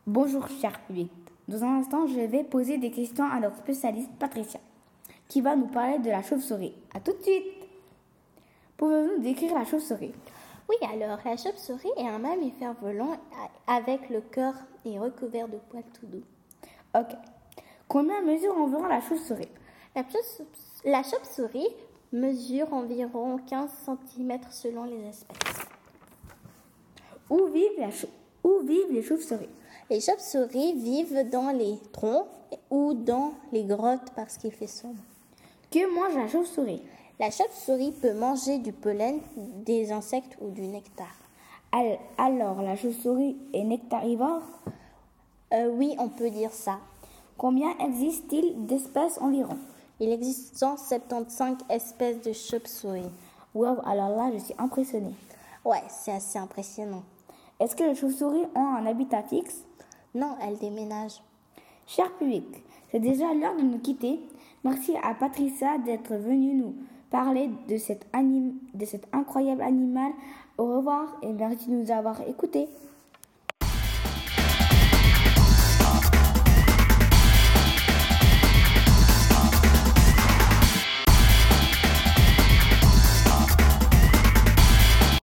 Bonjour cher public. Dans un instant, je vais poser des questions à notre spécialiste Patricia, qui va nous parler de la chauve-souris. A tout de suite. Pouvez-vous nous décrire la chauve-souris? Oui, alors la chauve-souris est un mammifère volant avec le corps et recouvert de poils tout doux. Ok. Combien mesure environ la chauve-souris? La chauve-souris mesure environ 15 cm selon les espèces. Où vivent les chauves-souris? Les chauves-souris vivent dans les troncs ou dans les grottes parce qu'il fait sombre. Que mange la chauve-souris? La chauve-souris peut manger du pollen, des insectes ou du nectar. Alors, la chauve-souris est nectarivore? Oui, on peut dire ça. Combien existe-t-il d'espèces environ? Il existe 175 espèces de chauves-souris. Wow, alors là, je suis impressionnée. Ouais, c'est assez impressionnant. Est-ce que les chauves-souris ont un habitat fixe? Non, elles déménagent. Cher public, c'est déjà l'heure de nous quitter. Merci à Patricia d'être venue nous parler de cet incroyable animal. Au revoir et merci de nous avoir écoutés.